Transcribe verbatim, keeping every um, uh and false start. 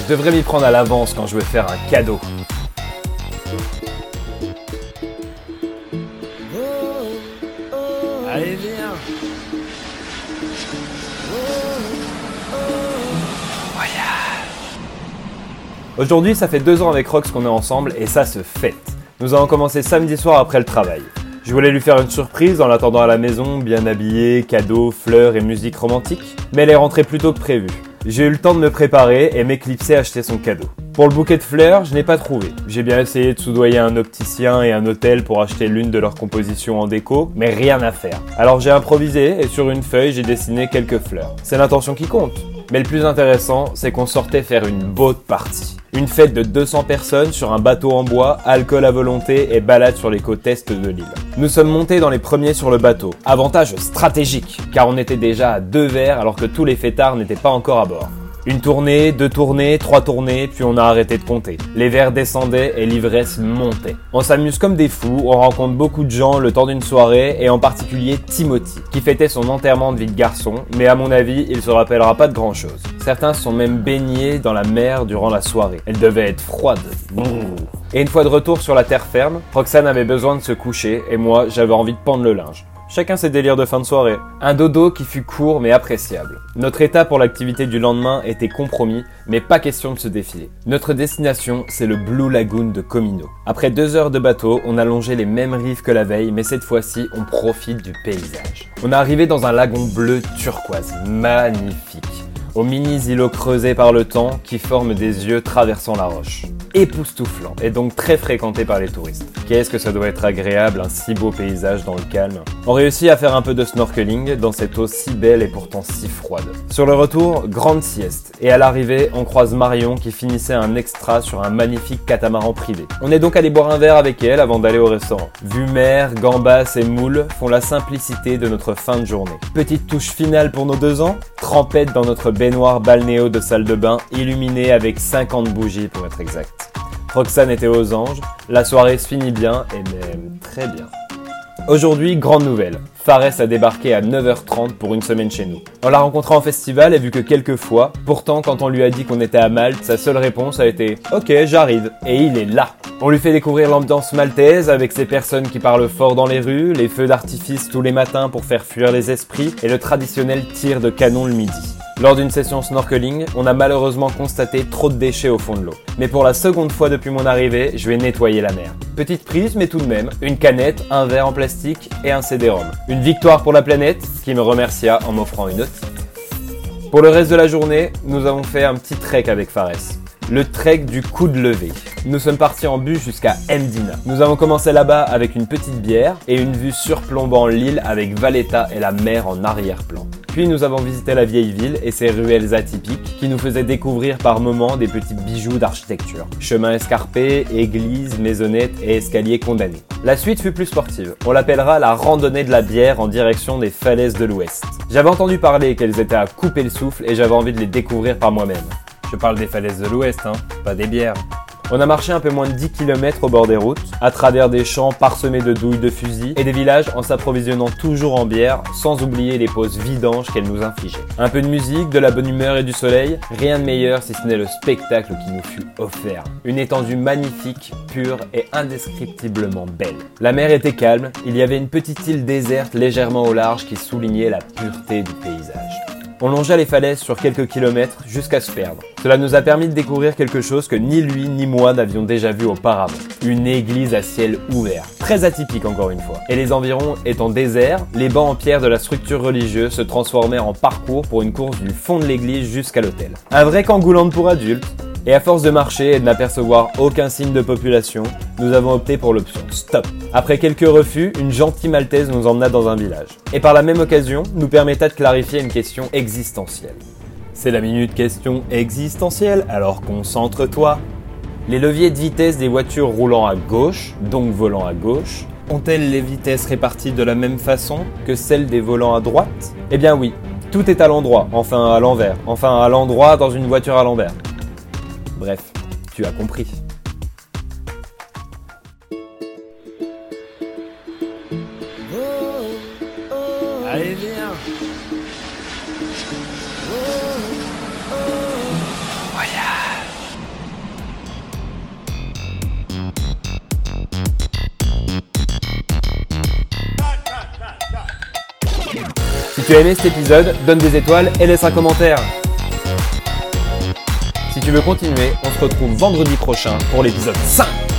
devrais m'y prendre à l'avance quand je veux faire un cadeau. Allez, viens. Aujourd'hui, ça fait deux ans avec Rox qu'on est ensemble et ça se fête. Nous avons commencé samedi soir après le travail. Je voulais lui faire une surprise en l'attendant à la maison, bien habillée, cadeaux, fleurs et musique romantique, mais elle est rentrée plus tôt que prévu. J'ai eu le temps de me préparer et m'éclipser à acheter son cadeau. Pour le bouquet de fleurs, je n'ai pas trouvé. J'ai bien essayé de soudoyer un opticien et un hôtel pour acheter l'une de leurs compositions en déco, mais rien à faire. Alors j'ai improvisé et sur une feuille, j'ai dessiné quelques fleurs. C'est l'intention qui compte. Mais le plus intéressant, c'est qu'on sortait faire une boat party. Une fête de deux cents personnes sur un bateau en bois, alcool à volonté et balade sur les côtes est de l'île. Nous sommes montés dans les premiers sur le bateau. Avantage stratégique, car on était déjà à deux verres alors que tous les fêtards n'étaient pas encore à bord. Une tournée, deux tournées, trois tournées, puis on a arrêté de compter. Les verres descendaient et l'ivresse montait. On s'amuse comme des fous, on rencontre beaucoup de gens le temps d'une soirée, et en particulier Timothy, qui fêtait son enterrement de vie de garçon, mais à mon avis, il se rappellera pas de grand chose. Certains sont même baignés dans la mer durant la soirée. Elle devait être froide. Et une fois de retour sur la terre ferme, Roxane avait besoin de se coucher, et moi, j'avais envie de pendre le linge. Chacun ses délires de fin de soirée. Un dodo qui fut court mais appréciable. Notre état pour l'activité du lendemain était compromis, mais pas question de se défiler. Notre destination, c'est le Blue Lagoon de Comino. Après deux heures de bateau, on a longé les mêmes rives que la veille, mais cette fois-ci, on profite du paysage. On est arrivé dans un lagon bleu turquoise, magnifique, aux mini-îlots creusés par le temps qui forment des yeux traversant la roche. Époustouflant et donc très fréquenté par les touristes. Qu'est-ce que ça doit être agréable, un si beau paysage dans le calme. On réussit à faire un peu de snorkeling dans cette eau si belle et pourtant si froide. Sur le retour, grande sieste. Et à l'arrivée, on croise Marion qui finissait un extra sur un magnifique catamaran privé. On est donc allé boire un verre avec elle avant d'aller au restaurant. Vue mer, gambas et moules font la simplicité de notre fin de journée. Petite touche finale pour nos deux ans, trempette dans notre baignoire balnéo de salle de bain, illuminée avec cinquante bougies pour être exact. Roxane était aux anges, la soirée se finit bien et même très bien. Aujourd'hui, grande nouvelle. Fares a débarqué à neuf heures trente pour une semaine chez nous. On l'a rencontré en festival et vu que quelques fois, pourtant quand on lui a dit qu'on était à Malte, sa seule réponse a été « Ok, j'arrive ». Et il est là. On lui fait découvrir l'ambiance maltaise avec ces personnes qui parlent fort dans les rues, les feux d'artifice tous les matins pour faire fuir les esprits et le traditionnel tir de canon le midi. Lors d'une session snorkeling, on a malheureusement constaté trop de déchets au fond de l'eau. Mais pour la seconde fois depuis mon arrivée, je vais nettoyer la mer. Petite prise, mais tout de même, une canette, un verre en plastique et un C D-ROM. Une victoire pour la planète, qui me remercia en m'offrant une autre. Pour le reste de la journée, nous avons fait un petit trek avec Fares. Le trek du coup de lever. Nous sommes partis en bus jusqu'à Mdina. Nous avons commencé là-bas avec une petite bière et une vue surplombant l'île avec Valletta et la mer en arrière-plan. Puis nous avons visité la vieille ville et ses ruelles atypiques qui nous faisaient découvrir par moments des petits bijoux d'architecture. Chemins escarpés, églises, maisonnettes et escaliers condamnés. La suite fut plus sportive. On l'appellera la randonnée de la bière en direction des falaises de l'Ouest. J'avais entendu parler qu'elles étaient à couper le souffle et j'avais envie de les découvrir par moi-même. Je parle des falaises de l'Ouest, hein, pas des bières. On a marché un peu moins de dix kilomètres au bord des routes, à travers des champs parsemés de douilles de fusil et des villages en s'approvisionnant toujours en bière, sans oublier les pauses vidanges qu'elles nous infligeaient. Un peu de musique, de la bonne humeur et du soleil, rien de meilleur si ce n'est le spectacle qui nous fut offert. Une étendue magnifique, pure et indescriptiblement belle. La mer était calme, il y avait une petite île déserte légèrement au large qui soulignait la pureté du paysage. On longea les falaises sur quelques kilomètres jusqu'à se perdre. Cela nous a permis de découvrir quelque chose que ni lui ni moi n'avions déjà vu auparavant. Une église à ciel ouvert. Très atypique encore une fois. Et les environs étant déserts, les bancs en pierre de la structure religieuse se transformèrent en parcours pour une course du fond de l'église jusqu'à l'autel. Un vrai Kangourland pour adultes. Et à force de marcher et de n'apercevoir aucun signe de population, nous avons opté pour l'option stop. Après quelques refus, une gentille maltaise nous emmena dans un village. Et par la même occasion, nous permetta de clarifier une question existentielle. C'est la minute question existentielle, alors concentre-toi. Les leviers de vitesse des voitures roulant à gauche, donc volant à gauche, ont-elles les vitesses réparties de la même façon que celles des volants à droite ? Eh bien oui, tout est à l'endroit, enfin à l'envers, enfin à l'endroit dans une voiture à l'envers. Bref, tu as compris. Allez, viens. Voyage. tu as aimé cet épisode, donne des étoiles et laisse un commentaire. Si tu veux continuer, on se retrouve vendredi prochain pour l'épisode cinq.